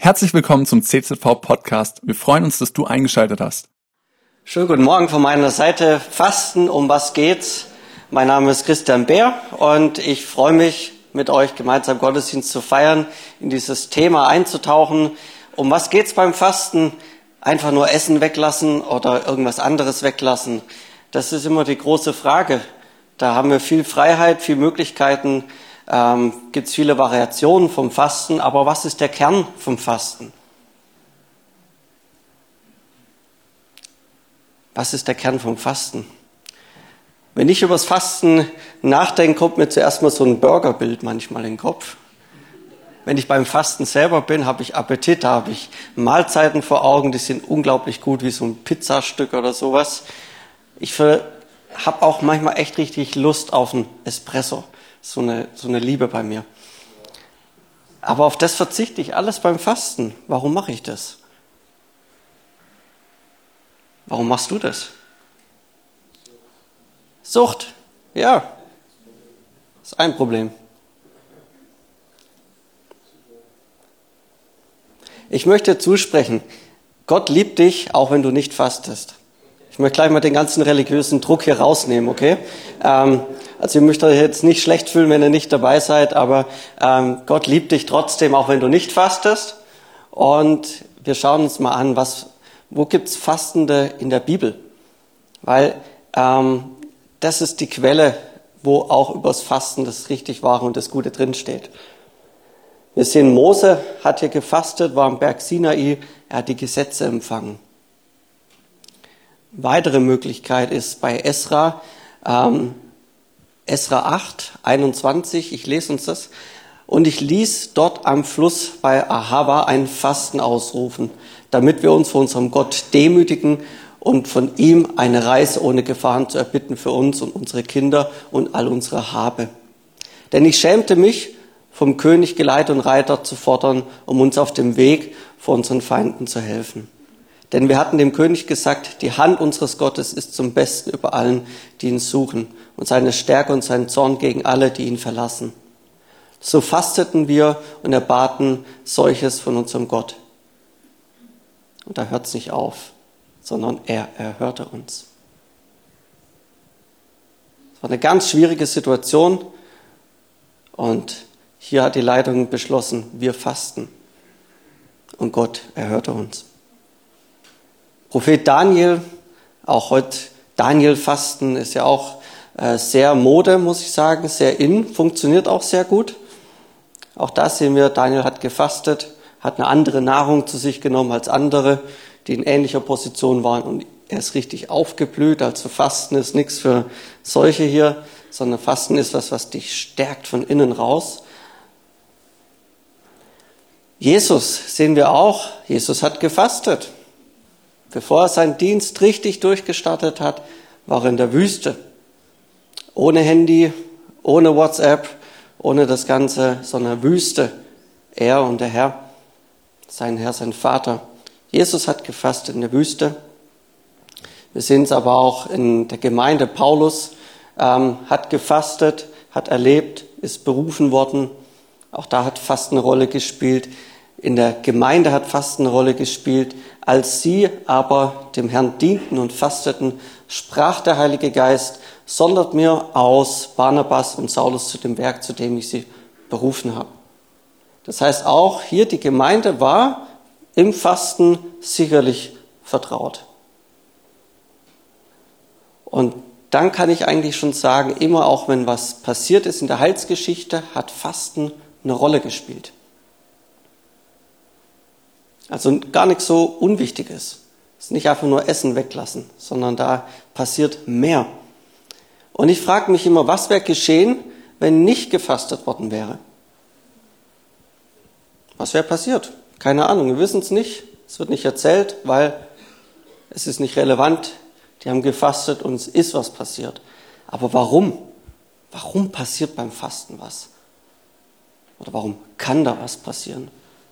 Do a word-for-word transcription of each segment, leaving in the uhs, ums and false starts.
Herzlich willkommen zum C Z V-Podcast. Wir freuen uns, dass du eingeschaltet hast. Schönen guten Morgen von meiner Seite. Fasten, um was geht's? Mein Name ist Christian Beer und ich freue mich, mit euch gemeinsam Gottesdienst zu feiern, in dieses Thema einzutauchen. Um was geht's beim Fasten? Einfach nur Essen weglassen oder irgendwas anderes weglassen? Das ist immer die große Frage. Da haben wir viel Freiheit, viel Möglichkeiten. Ähm, gibt es viele Variationen vom Fasten, aber was ist der Kern vom Fasten? Was ist der Kern vom Fasten? Wenn ich über das Fasten nachdenke, kommt mir zuerst mal so ein Burgerbild manchmal in den Kopf. Wenn ich beim Fasten selber bin, habe ich Appetit, da habe ich Mahlzeiten vor Augen, die sind unglaublich gut, wie so ein Pizzastück oder sowas. Ich habe auch manchmal echt richtig Lust auf einen Espresso. So eine, so eine Liebe bei mir. Aber auf das verzichte ich alles beim Fasten. Warum mache ich das? Warum machst du das? Sucht. Ja. Das ist ein Problem. Ich möchte zusprechen, Gott liebt dich, auch wenn du nicht fastest. Ich möchte gleich mal den ganzen religiösen Druck hier rausnehmen, okay? Ähm, also ihr müsst euch jetzt nicht schlecht fühlen, wenn ihr nicht dabei seid, aber ähm, Gott liebt dich trotzdem, auch wenn du nicht fastest. Und wir schauen uns mal an, was, wo gibt's Fastende in der Bibel? Weil ähm, das ist die Quelle, wo auch übers Fasten das richtig Wahre und das Gute drinsteht. Wir sehen, Mose hat hier gefastet, war am Berg Sinai, er hat die Gesetze empfangen. Weitere Möglichkeit ist bei Esra, ähm, Esra acht, einundzwanzig, ich lese uns das. Und ich ließ dort am Fluss bei Ahava ein Fasten ausrufen, damit wir uns vor unserem Gott demütigen und von ihm eine Reise ohne Gefahren zu erbitten für uns und unsere Kinder und all unsere Habe. Denn ich schämte mich, vom König Geleit und Reiter zu fordern, um uns auf dem Weg vor unseren Feinden zu helfen. Denn wir hatten dem König gesagt, die Hand unseres Gottes ist zum Besten über allen, die ihn suchen, und seine Stärke und sein Zorn gegen alle, die ihn verlassen. So fasteten wir und erbaten solches von unserem Gott. Und da hört es nicht auf, sondern er erhörte uns. Es war eine ganz schwierige Situation und hier hat die Leitung beschlossen, wir fasten. Und Gott erhörte uns. Prophet Daniel, auch heute Daniel-Fasten ist ja auch äh, sehr Mode, muss ich sagen, sehr in, funktioniert auch sehr gut. Auch da sehen wir, Daniel hat gefastet, hat eine andere Nahrung zu sich genommen als andere, die in ähnlicher Position waren und er ist richtig aufgeblüht. Also Fasten ist nichts für solche hier, sondern Fasten ist was, was dich stärkt von innen raus. Jesus sehen wir auch, Jesus hat gefastet. Bevor er seinen Dienst richtig durchgestartet hat, war er in der Wüste. Ohne Handy, ohne WhatsApp, ohne das Ganze, sondern Wüste. Er und der Herr, sein Herr, sein Vater. Jesus hat gefastet in der Wüste. Wir sehen es aber auch in der Gemeinde. Paulus ähm, hat gefastet, hat erlebt, ist berufen worden. Auch da hat Fasten eine Rolle gespielt. In der Gemeinde hat Fasten eine Rolle gespielt. Als sie aber dem Herrn dienten und fasteten, sprach der Heilige Geist, sondert mir aus Barnabas und Saulus zu dem Werk, zu dem ich sie berufen habe. Das heißt, auch hier die Gemeinde war im Fasten sicherlich vertraut. Und dann kann ich eigentlich schon sagen, immer auch wenn was passiert ist in der Heilsgeschichte, hat Fasten eine Rolle gespielt. Also gar nichts so Unwichtiges. Es ist nicht einfach nur Essen weglassen, sondern da passiert mehr. Und ich frage mich immer, was wäre geschehen, wenn nicht gefastet worden wäre? Was wäre passiert? Keine Ahnung, wir wissen es nicht. Es wird nicht erzählt, weil es ist nicht relevant. Die haben gefastet und es ist was passiert. Aber warum? Warum passiert beim Fasten was? Oder warum kann da was passieren?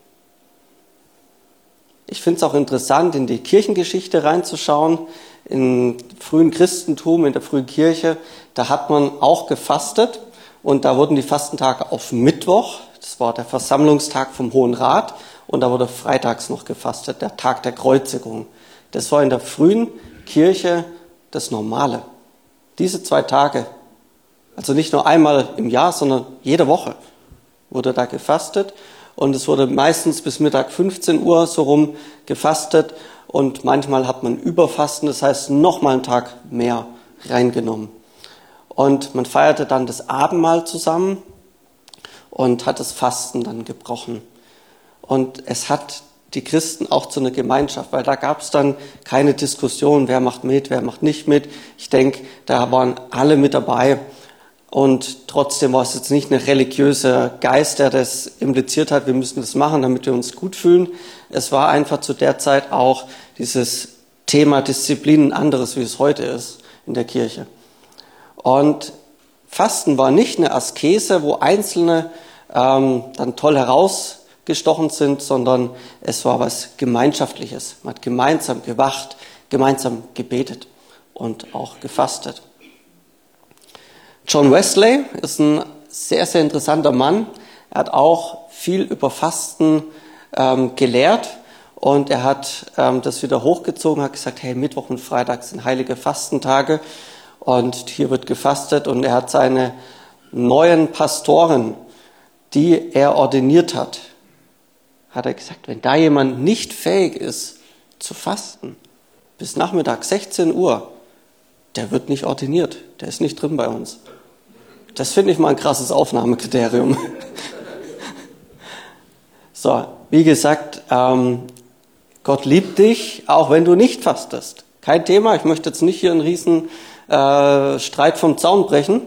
Ich finde es auch interessant, in die Kirchengeschichte reinzuschauen. Im frühen Christentum, in der frühen Kirche, da hat man auch gefastet und da wurden die Fastentage auf Mittwoch Das war der Versammlungstag vom Hohen Rat und da wurde freitags noch gefastet, der Tag der Kreuzigung. Das war in der frühen Kirche das Normale. Diese zwei Tage, also nicht nur einmal im Jahr, sondern jede Woche wurde da gefastet. Und es wurde meistens bis Mittag fünfzehn Uhr so rum gefastet. Und manchmal hat man Überfasten, das heißt nochmal einen Tag mehr reingenommen. Und man feierte dann das Abendmahl zusammen und hat das Fasten dann gebrochen. Und es hat die Christen auch zu einer Gemeinschaft, weil da gab es dann keine Diskussion, wer macht mit, wer macht nicht mit. Ich denke, da waren alle mit dabei. Und trotzdem war es jetzt nicht ein religiöser Geist, der das impliziert hat, wir müssen das machen, damit wir uns gut fühlen. Es war einfach zu der Zeit auch dieses Thema Disziplin ein anderes, wie es heute ist in der Kirche. Und Fasten war nicht eine Askese, wo Einzelne ähm, dann toll herausgestochen sind, sondern es war was Gemeinschaftliches. Man hat gemeinsam gewacht, gemeinsam gebetet und auch gefastet. John Wesley ist ein sehr, sehr interessanter Mann. Er hat auch viel über Fasten ähm, gelehrt und er hat ähm, das wieder hochgezogen, hat gesagt, hey, Mittwoch und Freitag sind heilige Fastentage und hier wird gefastet. Und er hat seine neuen Pastoren, die er ordiniert hat, hat er gesagt, wenn da jemand nicht fähig ist zu fasten, bis Nachmittag sechzehn Uhr, der wird nicht ordiniert, der ist nicht drin bei uns. Das finde ich mal ein krasses Aufnahmekriterium. So, wie gesagt, ähm, Gott liebt dich, auch wenn du nicht fastest. Kein Thema, ich möchte jetzt nicht hier einen riesen äh, Streit vom Zaun brechen.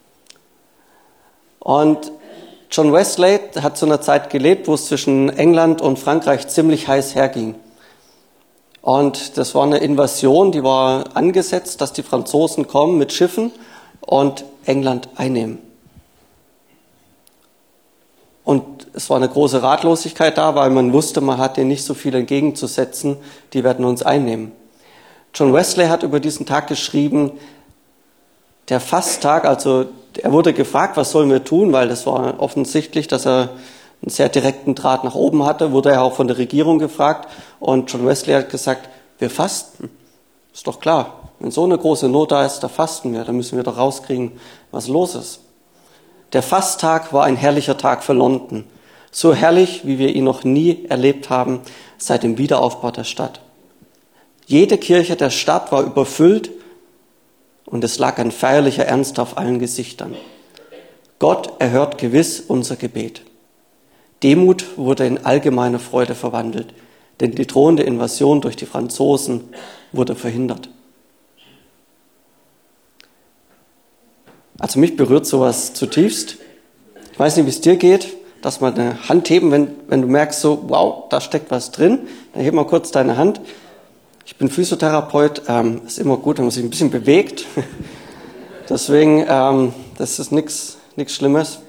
Und John Wesley hat zu einer Zeit gelebt, wo es zwischen England und Frankreich ziemlich heiß herging. Und das war eine Invasion, die war angesetzt, dass die Franzosen kommen mit Schiffen und England einnehmen. Und es war eine große Ratlosigkeit da, weil man wusste, man hat denen nicht so viel entgegenzusetzen, die werden uns einnehmen. John Wesley hat über diesen Tag geschrieben, der Fasttag, also er wurde gefragt, was sollen wir tun, weil das war offensichtlich, dass er einen sehr direkten Draht nach oben hatte, wurde er auch von der Regierung gefragt. Und John Wesley hat gesagt, wir fasten. Ist doch klar, wenn so eine große Not da ist, da fasten wir, da müssen wir doch rauskriegen, was los ist. Der Fasttag war ein herrlicher Tag für London. So herrlich, wie wir ihn noch nie erlebt haben seit dem Wiederaufbau der Stadt. Jede Kirche der Stadt war überfüllt und es lag ein feierlicher Ernst auf allen Gesichtern. Gott erhört gewiss unser Gebet. Demut wurde in allgemeine Freude verwandelt, denn die drohende Invasion durch die Franzosen wurde verhindert. Also mich berührt sowas zutiefst. Ich weiß nicht, wie es dir geht, dass man eine Hand heben, wenn, wenn du merkst, so, wow, da steckt was drin, dann heb mal kurz deine Hand. Ich bin Physiotherapeut, ähm, ist immer gut, wenn man sich ein bisschen bewegt. Deswegen, ähm, das ist nichts nichts Schlimmes.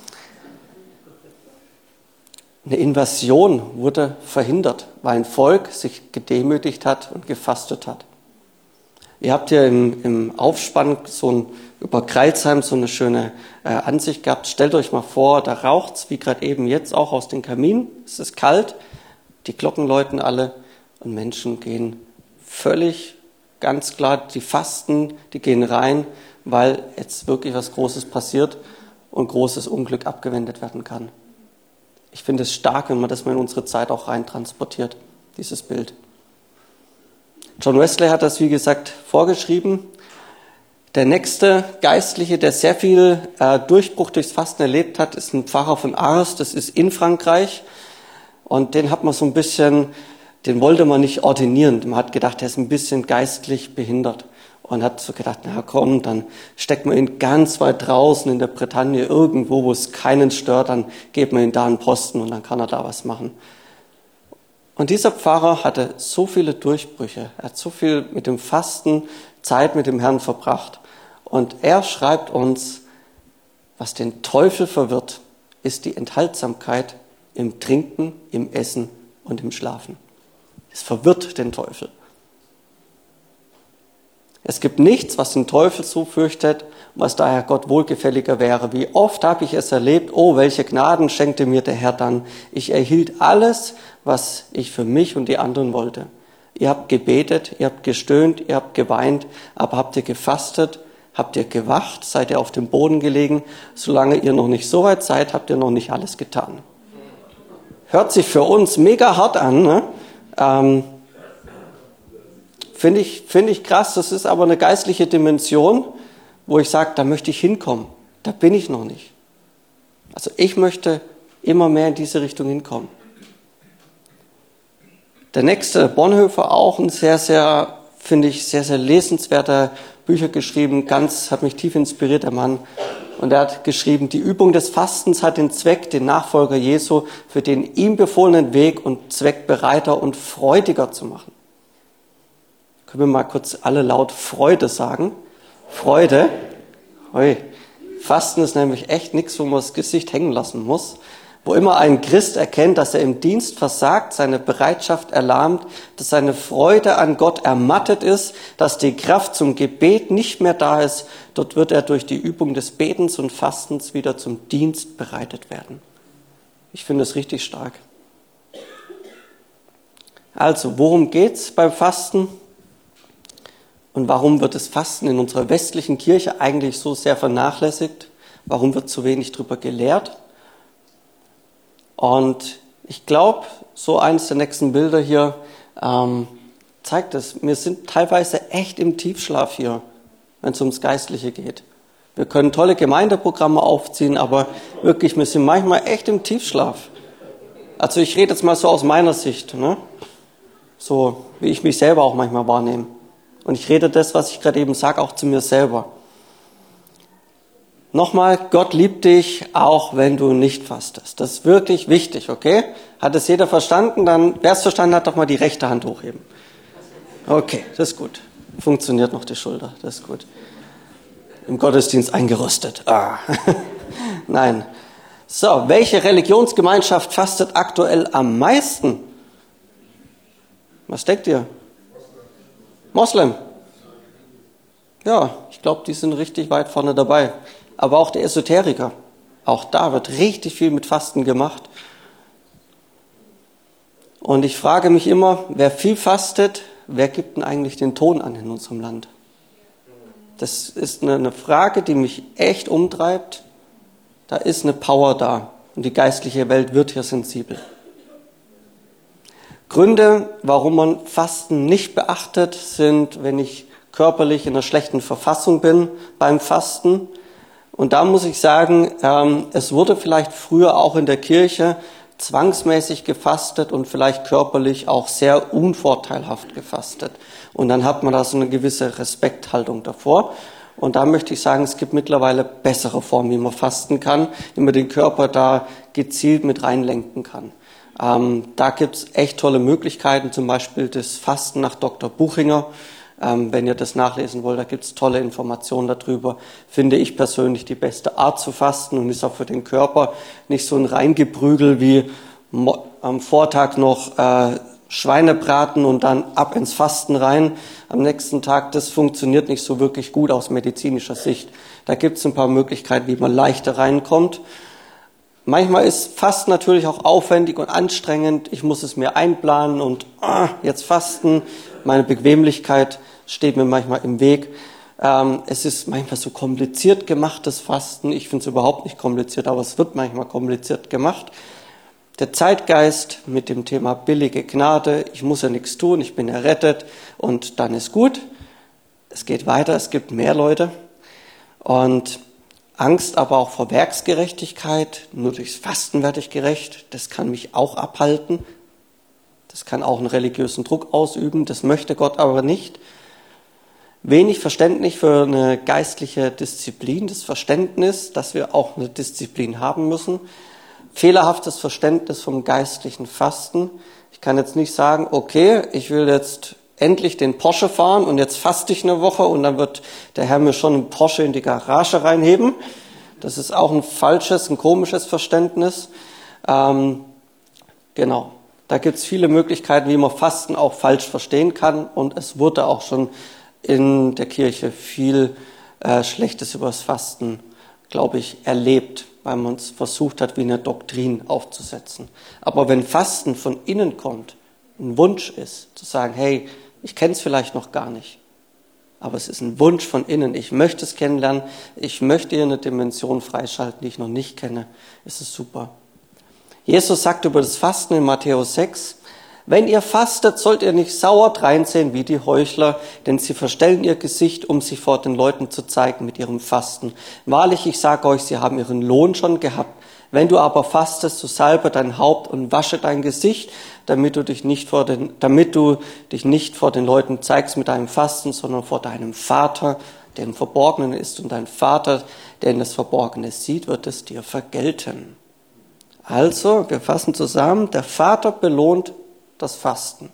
Eine Invasion wurde verhindert, weil ein Volk sich gedemütigt hat und gefastet hat. Ihr habt ja im, im Aufspann so ein, über Crailsheim so eine schöne äh, Ansicht gehabt. Stellt euch mal vor, da raucht's, wie gerade eben jetzt auch aus den Kaminen. Es ist kalt, die Glocken läuten alle und Menschen gehen völlig ganz klar, die fasten, die gehen rein, weil jetzt wirklich was Großes passiert und großes Unglück abgewendet werden kann. Ich finde es stark, wenn man das mal in unsere Zeit auch rein transportiert, dieses Bild. John Wesley hat das, wie gesagt, vorgeschrieben. Der nächste Geistliche, der sehr viel äh, Durchbruch durchs Fasten erlebt hat, ist ein Pfarrer von Ars, das ist in Frankreich. Und den hat man so ein bisschen, den wollte man nicht ordinieren. Man hat gedacht, er ist ein bisschen geistlich behindert. Und hat so gedacht, na komm, dann steckt man ihn ganz weit draußen in der Bretagne, irgendwo, wo es keinen stört, dann gibt man ihm da einen Posten und dann kann er da was machen. Und dieser Pfarrer hatte so viele Durchbrüche, er hat so viel mit dem Fasten Zeit mit dem Herrn verbracht. Und er schreibt uns, was den Teufel verwirrt, ist die Enthaltsamkeit im Trinken, im Essen und im Schlafen. Es verwirrt den Teufel. Es gibt nichts, was den Teufel so fürchtet was daher Gott wohlgefälliger wäre. Wie oft habe ich es erlebt, oh, welche Gnaden schenkte mir der Herr dann. Ich erhielt alles, was ich für mich und die anderen wollte. Ihr habt gebetet, ihr habt gestöhnt, ihr habt geweint, aber habt ihr gefastet, habt ihr gewacht, seid ihr auf dem Boden gelegen. Solange ihr noch nicht so weit seid, habt ihr noch nicht alles getan. Hört sich für uns mega hart an, ne? Ähm, Finde ich, finde ich krass, das ist aber eine geistliche Dimension, wo ich sage, da möchte ich hinkommen. Da bin ich noch nicht. Also ich möchte immer mehr in diese Richtung hinkommen. Der nächste, Bonhoeffer, auch ein sehr, sehr, finde ich, sehr, sehr lesenswerter Bücher geschrieben, ganz, hat mich tief inspiriert, der Mann. Und er hat geschrieben, die Übung des Fastens hat den Zweck, den Nachfolger Jesu für den ihm befohlenen Weg und Zweck bereiter und freudiger zu machen. Können wir mal kurz alle laut Freude sagen? Freude. Ui. Fasten ist nämlich echt nichts, wo man das Gesicht hängen lassen muss. Wo immer ein Christ erkennt, dass er im Dienst versagt, seine Bereitschaft erlahmt, dass seine Freude an Gott ermattet ist, dass die Kraft zum Gebet nicht mehr da ist, dort wird er durch die Übung des Betens und Fastens wieder zum Dienst bereitet werden. Ich finde es richtig stark. Also, worum geht's beim Fasten? Und warum wird das Fasten in unserer westlichen Kirche eigentlich so sehr vernachlässigt? Warum wird so wenig darüber gelehrt? Und ich glaube, so eines der nächsten Bilder hier ähm, zeigt es. Wir sind teilweise echt im Tiefschlaf hier, wenn es ums Geistliche geht. Wir können tolle Gemeindeprogramme aufziehen, aber wirklich, wir sind manchmal echt im Tiefschlaf. Also ich rede jetzt mal so aus meiner Sicht, ne? So wie ich mich selber auch manchmal wahrnehme. Und ich rede das, was ich gerade eben sage, auch zu mir selber. Nochmal, Gott liebt dich, auch wenn du nicht fastest. Das ist wirklich wichtig, okay? Hat es jeder verstanden? Dann, wer es verstanden hat, doch mal die rechte Hand hochheben. Okay, das ist gut. Funktioniert noch die Schulter, das ist gut. Im Gottesdienst eingerostet. Ah. Nein. So, welche Religionsgemeinschaft fastet aktuell am meisten? Was denkt ihr? Moslem. Ja, ich glaube, die sind richtig weit vorne dabei. Aber auch der Esoteriker. Auch da wird richtig viel mit Fasten gemacht. Und ich frage mich immer, wer viel fastet, wer gibt denn eigentlich den Ton an in unserem Land? Das ist eine, eine Frage, die mich echt umtreibt. Da ist eine Power da. Und die geistliche Welt wird hier sensibel. Gründe, warum man Fasten nicht beachtet, sind, wenn ich körperlich in einer schlechten Verfassung bin beim Fasten. Und da muss ich sagen, ähm, es wurde vielleicht früher auch in der Kirche zwangsmäßig gefastet und vielleicht körperlich auch sehr unvorteilhaft gefastet. Und dann hat man da so eine gewisse Respekthaltung davor. Und da möchte ich sagen, es gibt mittlerweile bessere Formen, wie man fasten kann, wie man den Körper da gezielt mit reinlenken kann. Ähm, da gibt's echt tolle Möglichkeiten, zum Beispiel das Fasten nach Doktor Buchinger. Ähm, wenn ihr das nachlesen wollt, da gibt's tolle Informationen darüber. Finde ich persönlich die beste Art zu fasten und ist auch für den Körper nicht so ein Reingeprügel wie mo- am Vortag noch äh, Schweinebraten und dann ab ins Fasten rein. Am nächsten Tag, das funktioniert nicht so wirklich gut aus medizinischer Sicht. Da gibt's ein paar Möglichkeiten, wie man leichter reinkommt. Manchmal ist Fasten natürlich auch aufwendig und anstrengend. Ich muss es mir einplanen und ah, jetzt fasten. Meine Bequemlichkeit steht mir manchmal im Weg. Ähm, es ist manchmal so kompliziert gemachtes Fasten. Ich finde es überhaupt nicht kompliziert, aber es wird manchmal kompliziert gemacht. Der Zeitgeist mit dem Thema billige Gnade. Ich muss ja nichts tun, ich bin errettet und dann ist gut. Es geht weiter, es gibt mehr Leute. Und Angst aber auch vor Werksgerechtigkeit, nur durchs Fasten werde ich gerecht, das kann mich auch abhalten. Das kann auch einen religiösen Druck ausüben, das möchte Gott aber nicht. Wenig Verständnis für eine geistliche Disziplin, das Verständnis, dass wir auch eine Disziplin haben müssen. Fehlerhaftes Verständnis vom geistlichen Fasten. Ich kann jetzt nicht sagen, okay, ich will jetzt endlich den Porsche fahren und jetzt faste ich eine Woche und dann wird der Herr mir schon einen Porsche in die Garage reinheben. Das ist auch ein falsches, ein komisches Verständnis. Ähm, genau, da gibt es viele Möglichkeiten, wie man Fasten auch falsch verstehen kann und es wurde auch schon in der Kirche viel äh, Schlechtes über das Fasten, glaube ich, erlebt, weil man es versucht hat, wie eine Doktrin aufzusetzen. Aber wenn Fasten von innen kommt, ein Wunsch ist, zu sagen, hey, ich kenne es vielleicht noch gar nicht, aber es ist ein Wunsch von innen, ich möchte es kennenlernen, ich möchte hier eine Dimension freischalten, die ich noch nicht kenne, ist es super. Jesus sagt über das Fasten in Matthäus sechs, wenn ihr fastet, sollt ihr nicht sauer dreinsehen wie die Heuchler, denn sie verstellen ihr Gesicht, um sich vor den Leuten zu zeigen mit ihrem Fasten. Wahrlich, ich sage euch, sie haben ihren Lohn schon gehabt. Wenn du aber fastest, so salbe dein Haupt und wasche dein Gesicht, damit du dich nicht vor den, damit du dich nicht vor den Leuten zeigst mit deinem Fasten, sondern vor deinem Vater, der im Verborgenen ist. Und dein Vater, der in das Verborgene sieht, wird es dir vergelten. Also, wir fassen zusammen, der Vater belohnt das Fasten.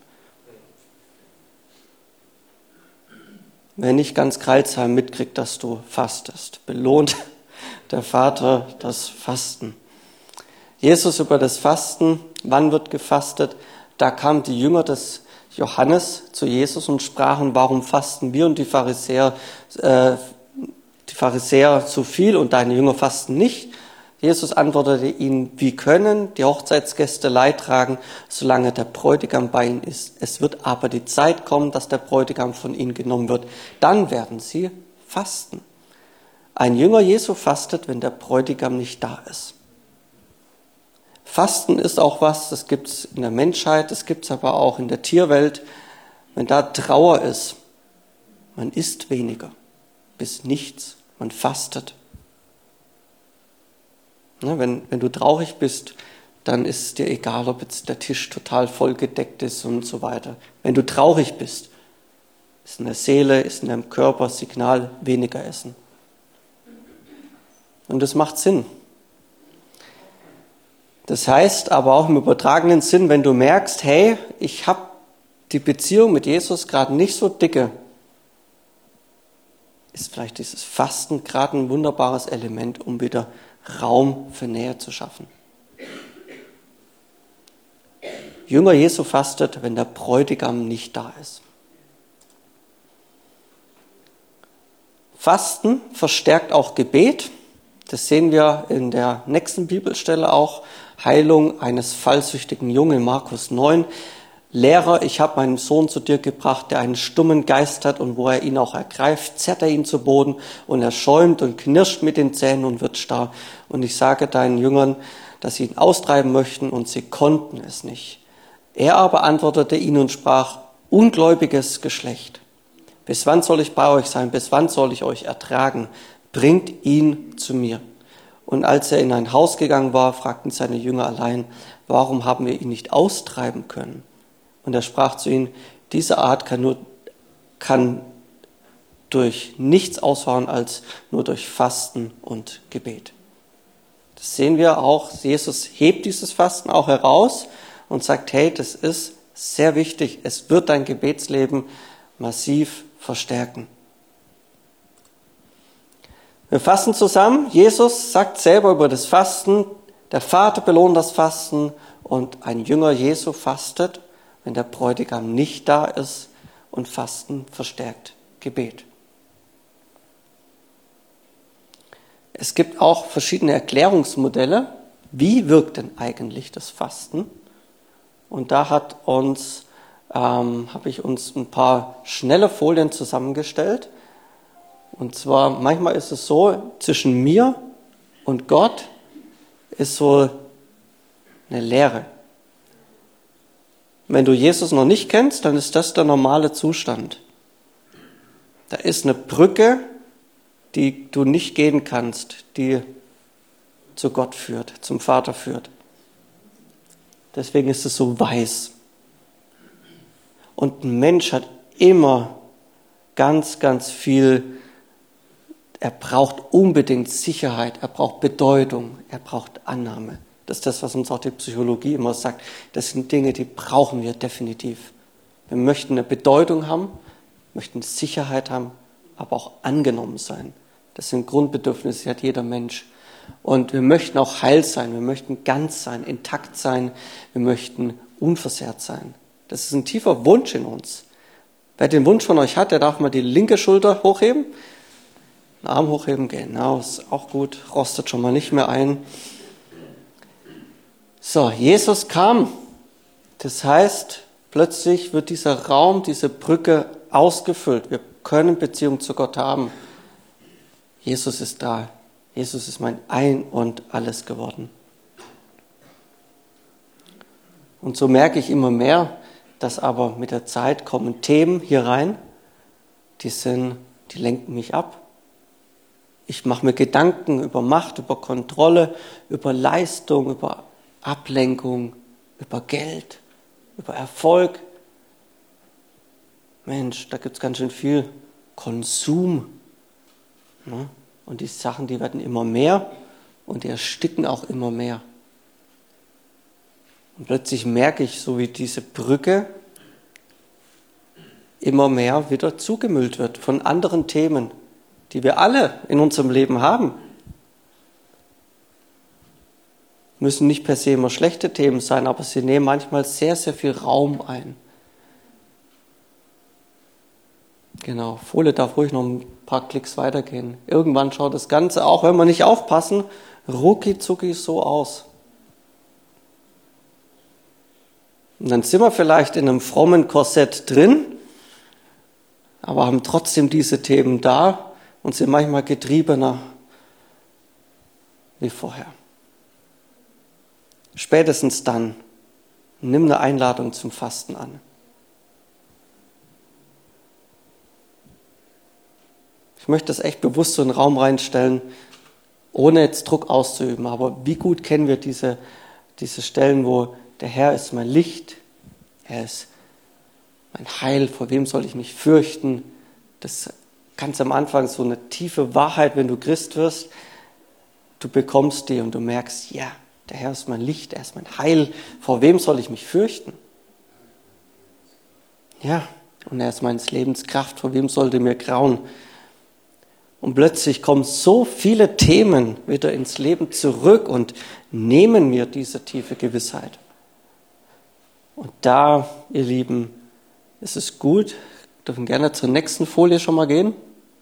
Wer nicht ganz Kreilsheim mitkriegt, dass du fastest, belohnt der Vater das Fasten. Jesus über das Fasten, wann wird gefastet? Da kamen die Jünger des Johannes zu Jesus und sprachen, warum fasten wir und die Pharisäer, äh, die Pharisäer so viel und deine Jünger fasten nicht? Jesus antwortete ihnen, wie können die Hochzeitsgäste Leid tragen, solange der Bräutigam bei ihnen ist? Es wird aber die Zeit kommen, dass der Bräutigam von ihnen genommen wird. Dann werden sie fasten. Ein Jünger Jesu fastet, wenn der Bräutigam nicht da ist. Fasten ist auch was, das gibt es in der Menschheit, das gibt es aber auch in der Tierwelt. Wenn da Trauer ist, man isst weniger, bis nichts, man fastet. Wenn, wenn du traurig bist, dann ist es dir egal, ob jetzt der Tisch total vollgedeckt ist und so weiter. Wenn du traurig bist, ist in der Seele, ist in deinem Körper Signal, weniger essen. Und das macht Sinn. Das heißt aber auch im übertragenen Sinn, wenn du merkst, hey, ich habe die Beziehung mit Jesus gerade nicht so dicke, ist vielleicht dieses Fasten gerade ein wunderbares Element, um wieder Raum für Nähe zu schaffen. Jünger Jesu fastet, wenn der Bräutigam nicht da ist. Fasten verstärkt auch Gebet. Das sehen wir in der nächsten Bibelstelle auch. Heilung eines fallsüchtigen Jungen, Markus neun. Lehrer, ich habe meinen Sohn zu dir gebracht, der einen stummen Geist hat, und wo er ihn auch ergreift, zerrt er ihn zu Boden und er schäumt und knirscht mit den Zähnen und wird starr. Und ich sage deinen Jüngern, dass sie ihn austreiben möchten, und sie konnten es nicht. Er aber antwortete ihnen und sprach, ungläubiges Geschlecht, bis wann soll ich bei euch sein, bis wann soll ich euch ertragen? Bringt ihn zu mir. Und als er in ein Haus gegangen war, fragten seine Jünger allein, warum haben wir ihn nicht austreiben können? Und er sprach zu ihnen, diese Art kann nur kann durch nichts ausfahren als nur durch Fasten und Gebet. Das sehen wir auch. Jesus hebt dieses Fasten auch heraus und sagt, hey, das ist sehr wichtig. Es wird dein Gebetsleben massiv verstärken. Wir fassen zusammen. Jesus sagt selber über das Fasten, der Vater belohnt das Fasten und ein Jünger Jesu fastet, wenn der Bräutigam nicht da ist, und Fasten verstärkt Gebet. Es gibt auch verschiedene Erklärungsmodelle. Wie wirkt denn eigentlich das Fasten? Und da hat uns, ähm, habe ich uns ein paar schnelle Folien zusammengestellt. Und zwar, manchmal ist es so, zwischen mir und Gott ist so eine Leere. Wenn du Jesus noch nicht kennst, dann ist das der normale Zustand. Da ist eine Brücke, die du nicht gehen kannst, die zu Gott führt, zum Vater führt. Deswegen ist es so weiß. Und ein Mensch hat immer ganz, ganz viel, er braucht unbedingt Sicherheit, er braucht Bedeutung, er braucht Annahme. Das ist das, was uns auch die Psychologie immer sagt. Das sind Dinge, die brauchen wir definitiv. Wir möchten eine Bedeutung haben, möchten Sicherheit haben, aber auch angenommen sein. Das sind Grundbedürfnisse, die hat jeder Mensch. Und wir möchten auch heil sein, wir möchten ganz sein, intakt sein, wir möchten unversehrt sein. Das ist ein tiefer Wunsch in uns. Wer den Wunsch von euch hat, der darf mal die linke Schulter hochheben. Einen Arm hochheben, genau, ist auch gut, rostet schon mal nicht mehr ein. So, Jesus kam. Das heißt, plötzlich wird dieser Raum, diese Brücke ausgefüllt. Wir können Beziehung zu Gott haben. Jesus ist da. Jesus ist mein Ein und Alles geworden. Und so merke ich immer mehr, dass aber mit der Zeit kommen Themen hier rein, die sind, die lenken mich ab. Ich mache mir Gedanken über Macht, über Kontrolle, über Leistung, über Ablenkung, über Geld, über Erfolg. Mensch, da gibt es ganz schön viel Konsum. Ne? Und die Sachen, die werden immer mehr und die ersticken auch immer mehr. Und plötzlich merke ich, so wie diese Brücke immer mehr wieder zugemüllt wird von anderen Themen, die wir alle in unserem Leben haben. Müssen nicht per se immer schlechte Themen sein, aber sie nehmen manchmal sehr, sehr viel Raum ein. Genau, Folie darf ruhig noch ein paar Klicks weitergehen. Irgendwann schaut das Ganze, auch wenn wir nicht aufpassen, rucki zucki so aus. Und dann sind wir vielleicht in einem frommen Korsett drin, aber haben trotzdem diese Themen da und sind manchmal getriebener wie vorher. Spätestens dann, nimm eine Einladung zum Fasten an. Ich möchte das echt bewusst so in den Raum reinstellen, ohne jetzt Druck auszuüben. Aber wie gut kennen wir diese, diese Stellen, wo der Herr ist mein Licht, er ist mein Heil, vor wem soll ich mich fürchten? Das ist ganz am Anfang so eine tiefe Wahrheit, wenn du Christ wirst. Du bekommst die und du merkst, ja, der Herr ist mein Licht, er ist mein Heil, vor wem soll ich mich fürchten? Ja, und er ist meines Lebens Kraft, vor wem sollte mir grauen? Und plötzlich kommen so viele Themen wieder ins Leben zurück und nehmen mir diese tiefe Gewissheit. Und da, ihr Lieben, ist es gut, wir dürfen gerne zur nächsten Folie schon mal gehen.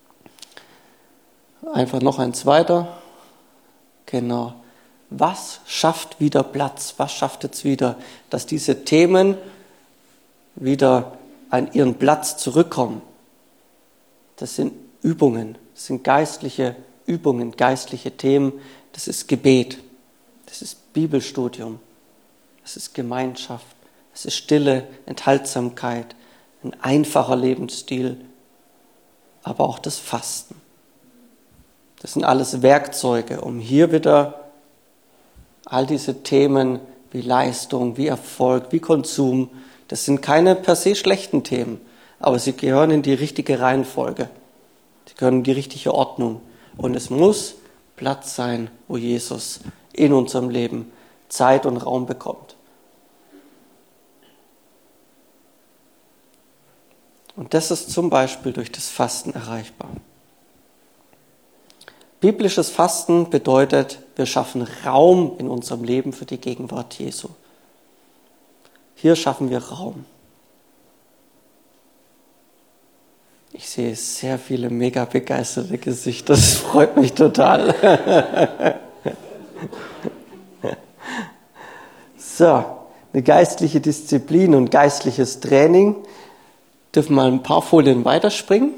Einfach noch eins weiter. Genau. Was schafft wieder Platz? Was schafft jetzt wieder, dass diese Themen wieder an ihren Platz zurückkommen? Das sind Übungen. Das sind geistliche Übungen, geistliche Themen. Das ist Gebet, das ist Bibelstudium, das ist Gemeinschaft, das ist Stille, Enthaltsamkeit, ein einfacher Lebensstil, aber auch das Fasten. Das sind alles Werkzeuge, um hier wieder all diese Themen wie Leistung, wie Erfolg, wie Konsum, das sind keine per se schlechten Themen, aber sie gehören in die richtige Reihenfolge. Sie gehören in die richtige Ordnung. Und es muss Platz sein, wo Jesus in unserem Leben Zeit und Raum bekommt. Und das ist zum Beispiel durch das Fasten erreichbar. Biblisches Fasten bedeutet, wir schaffen Raum in unserem Leben für die Gegenwart Jesu. Hier schaffen wir Raum. Ich sehe sehr viele mega begeisterte Gesichter, das freut mich total. So, eine geistliche Disziplin und geistliches Training. Dürfen mal ein paar Folien weiterspringen.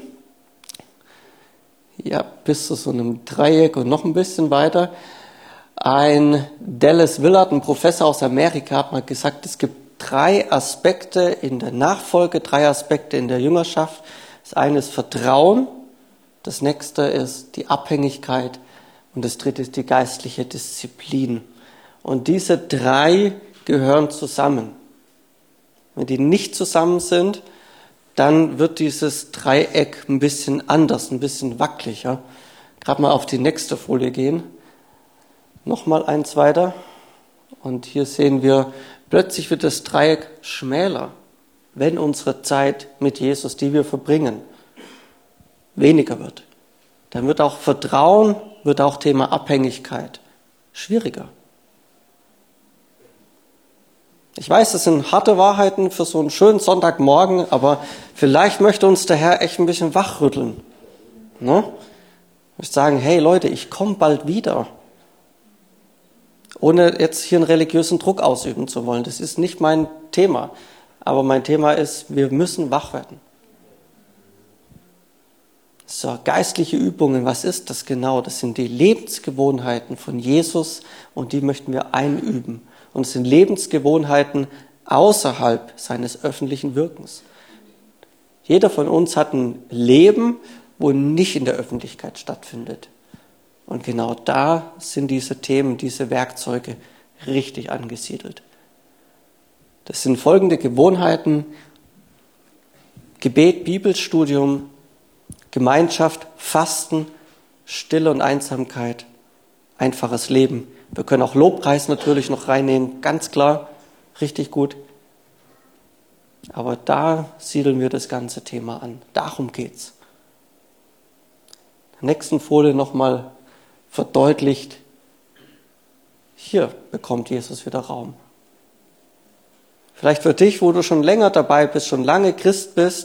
Ja, bis zu so einem Dreieck und noch ein bisschen weiter. Ein Dallas Willard, ein Professor aus Amerika, hat mal gesagt, es gibt drei Aspekte in der Nachfolge, drei Aspekte in der Jüngerschaft. Das eine ist Vertrauen, das nächste ist die Abhängigkeit und das dritte ist die geistliche Disziplin. Und diese drei gehören zusammen. Wenn die nicht zusammen sind, dann wird dieses Dreieck ein bisschen anders, ein bisschen wackeliger. Gerade mal auf die nächste Folie gehen. Nochmal eins weiter. Und hier sehen wir, plötzlich wird das Dreieck schmäler, wenn unsere Zeit mit Jesus, die wir verbringen, weniger wird. Dann wird auch Vertrauen, wird auch Thema Abhängigkeit schwieriger. Ich weiß, das sind harte Wahrheiten für so einen schönen Sonntagmorgen, aber vielleicht möchte uns der Herr echt ein bisschen wachrütteln. Ne? Ich sagen, hey Leute, ich komme bald wieder. Ohne jetzt hier einen religiösen Druck ausüben zu wollen. Das ist nicht mein Thema. Aber mein Thema ist, wir müssen wach werden. So, geistliche Übungen, was ist das genau? Das sind die Lebensgewohnheiten von Jesus und die möchten wir einüben. Und es sind Lebensgewohnheiten außerhalb seines öffentlichen Wirkens. Jeder von uns hat ein Leben, wo nicht in der Öffentlichkeit stattfindet. Und genau da sind diese Themen, diese Werkzeuge richtig angesiedelt. Das sind folgende Gewohnheiten: Gebet, Bibelstudium, Gemeinschaft, Fasten, Stille und Einsamkeit, einfaches Leben. Wir können auch Lobpreis natürlich noch reinnehmen, ganz klar, richtig gut. Aber da siedeln wir das ganze Thema an. Darum geht's. In der nächsten Folie nochmal verdeutlicht, hier bekommt Jesus wieder Raum. Vielleicht für dich, wo du schon länger dabei bist, schon lange Christ bist,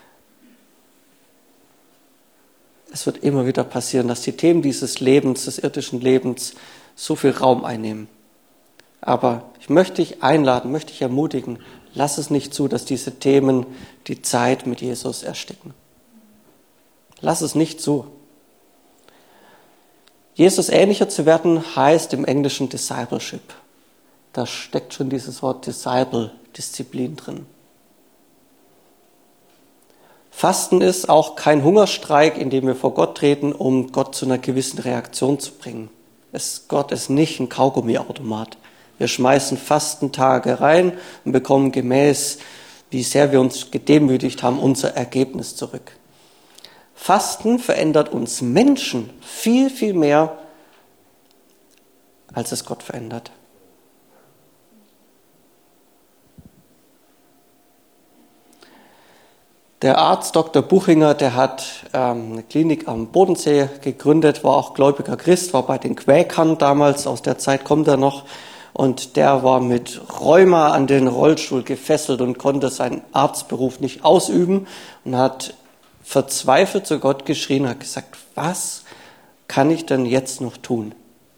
es wird immer wieder passieren, dass die Themen dieses Lebens, des irdischen Lebens, so viel Raum einnehmen. Aber ich möchte dich einladen, möchte dich ermutigen, lass es nicht zu, dass diese Themen die Zeit mit Jesus ersticken. Lass es nicht zu. Jesus ähnlicher zu werden, heißt im Englischen Discipleship. Da steckt schon dieses Wort Disciple, Disziplin drin. Fasten ist auch kein Hungerstreik, in dem wir vor Gott treten, um Gott zu einer gewissen Reaktion zu bringen. Es, Gott ist nicht ein Kaugummiautomat. Wir schmeißen Fastentage rein und bekommen gemäß, wie sehr wir uns gedemütigt haben, unser Ergebnis zurück. Fasten verändert uns Menschen viel, viel mehr, als es Gott verändert. Der Arzt Doktor Buchinger, der hat ähm, eine Klinik am Bodensee gegründet, war auch gläubiger Christ, war bei den Quäkern damals, aus der Zeit kommt er noch. Und der war mit Rheuma an den Rollstuhl gefesselt und konnte seinen Arztberuf nicht ausüben und hat verzweifelt zu Gott geschrien und hat gesagt, was kann ich denn jetzt noch tun?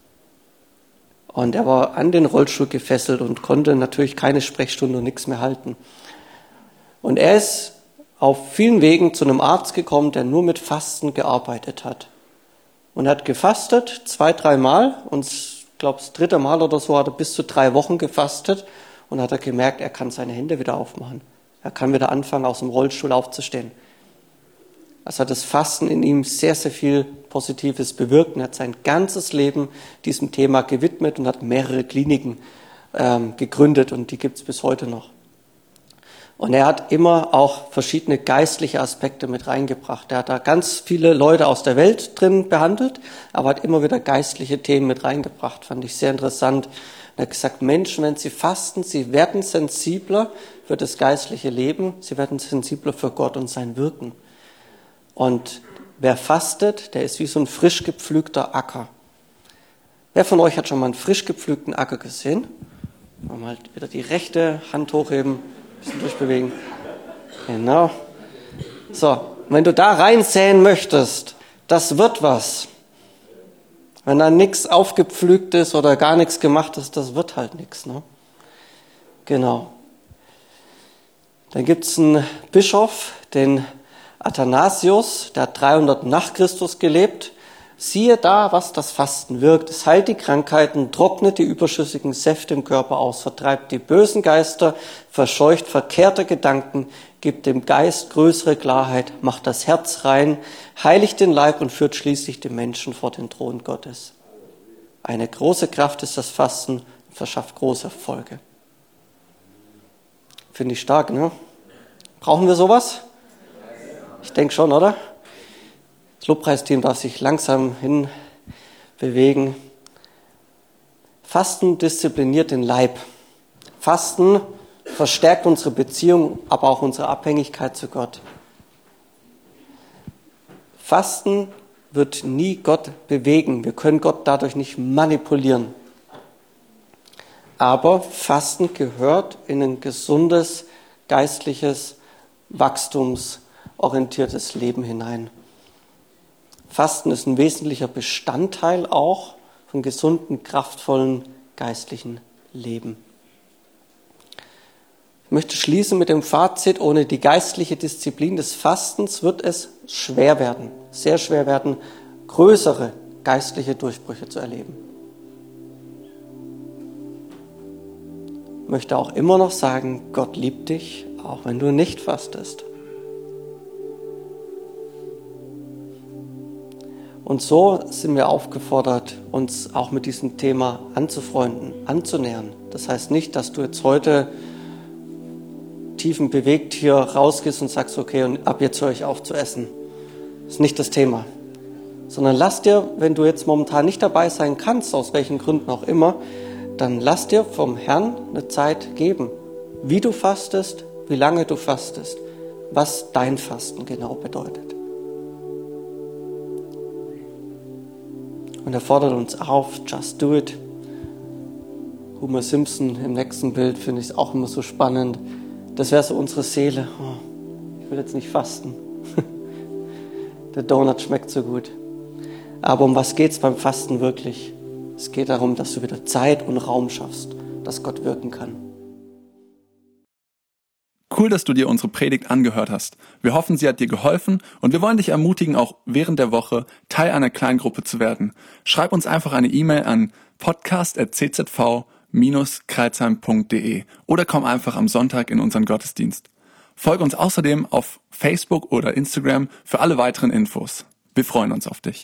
Und er war an den Rollstuhl gefesselt und konnte natürlich keine Sprechstunde und nichts mehr halten. Und er ist auf vielen Wegen zu einem Arzt gekommen, der nur mit Fasten gearbeitet hat. Und hat gefastet, zwei, dreimal, und ich glaube, das dritte Mal oder so hat er bis zu drei Wochen gefastet und hat er gemerkt, er kann seine Hände wieder aufmachen. Er kann wieder anfangen, aus dem Rollstuhl aufzustehen. Also hat das Fasten in ihm sehr, sehr viel Positives bewirkt und hat sein ganzes Leben diesem Thema gewidmet und hat mehrere Kliniken ähm, gegründet und die gibt es bis heute noch. Und er hat immer auch verschiedene geistliche Aspekte mit reingebracht. Er hat da ganz viele Leute aus der Welt drin behandelt, aber hat immer wieder geistliche Themen mit reingebracht. Fand ich sehr interessant. Er hat gesagt, Menschen, wenn sie fasten, sie werden sensibler für das geistliche Leben, sie werden sensibler für Gott und sein Wirken. Und wer fastet, der ist wie so ein frisch gepflügter Acker. Wer von euch hat schon mal einen frisch gepflügten Acker gesehen? Mal wieder die rechte Hand hochheben. Ein bisschen durchbewegen. Genau. So, wenn du da reinsäen möchtest, das wird was. Wenn da nichts aufgepflügt ist oder gar nichts gemacht ist, das wird halt nichts. Ne? Genau. Dann gibt es einen Bischof, den Athanasius, der hat dreihundert nach Christus gelebt. Siehe da, was das Fasten wirkt. Es heilt die Krankheiten, trocknet die überschüssigen Säfte im Körper aus, vertreibt die bösen Geister, verscheucht verkehrte Gedanken, gibt dem Geist größere Klarheit, macht das Herz rein, heiligt den Leib und führt schließlich den Menschen vor den Thron Gottes. Eine große Kraft ist das Fasten und verschafft große Erfolge. Finde ich stark, ne? Brauchen wir sowas? Ich denke schon, oder? Das Lobpreisteam darf sich langsam hinbewegen. Fasten diszipliniert den Leib. Fasten verstärkt unsere Beziehung, aber auch unsere Abhängigkeit zu Gott. Fasten wird nie Gott bewegen. Wir können Gott dadurch nicht manipulieren. Aber Fasten gehört in ein gesundes, geistliches, wachstumsorientiertes Leben hinein. Fasten ist ein wesentlicher Bestandteil auch von gesunden, kraftvollen, geistlichen Leben. Ich möchte schließen mit dem Fazit: Ohne die geistliche Disziplin des Fastens wird es schwer werden, sehr schwer werden, größere geistliche Durchbrüche zu erleben. Ich möchte auch immer noch sagen, Gott liebt dich, auch wenn du nicht fastest. Und so sind wir aufgefordert, uns auch mit diesem Thema anzufreunden, anzunähern. Das heißt nicht, dass du jetzt heute tiefenbewegt hier rausgehst und sagst, okay, und ab jetzt höre ich auf zu essen. Das ist nicht das Thema. Sondern lass dir, wenn du jetzt momentan nicht dabei sein kannst, aus welchen Gründen auch immer, dann lass dir vom Herrn eine Zeit geben. Wie du fastest, wie lange du fastest, was dein Fasten genau bedeutet. Und er fordert uns auf, just do it. Homer Simpson im nächsten Bild finde ich es auch immer so spannend. Das wäre so unsere Seele. Oh, ich will jetzt nicht fasten. Der Donut schmeckt so gut. Aber um was geht es beim Fasten wirklich? Es geht darum, dass du wieder Zeit und Raum schaffst, dass Gott wirken kann. Cool, dass du dir unsere Predigt angehört hast. Wir hoffen, sie hat dir geholfen und wir wollen dich ermutigen, auch während der Woche Teil einer Kleingruppe zu werden. Schreib uns einfach eine E-Mail an podcast at c z v dash kreilsheim punkt d e oder komm einfach am Sonntag in unseren Gottesdienst. Folge uns außerdem auf Facebook oder Instagram für alle weiteren Infos. Wir freuen uns auf dich.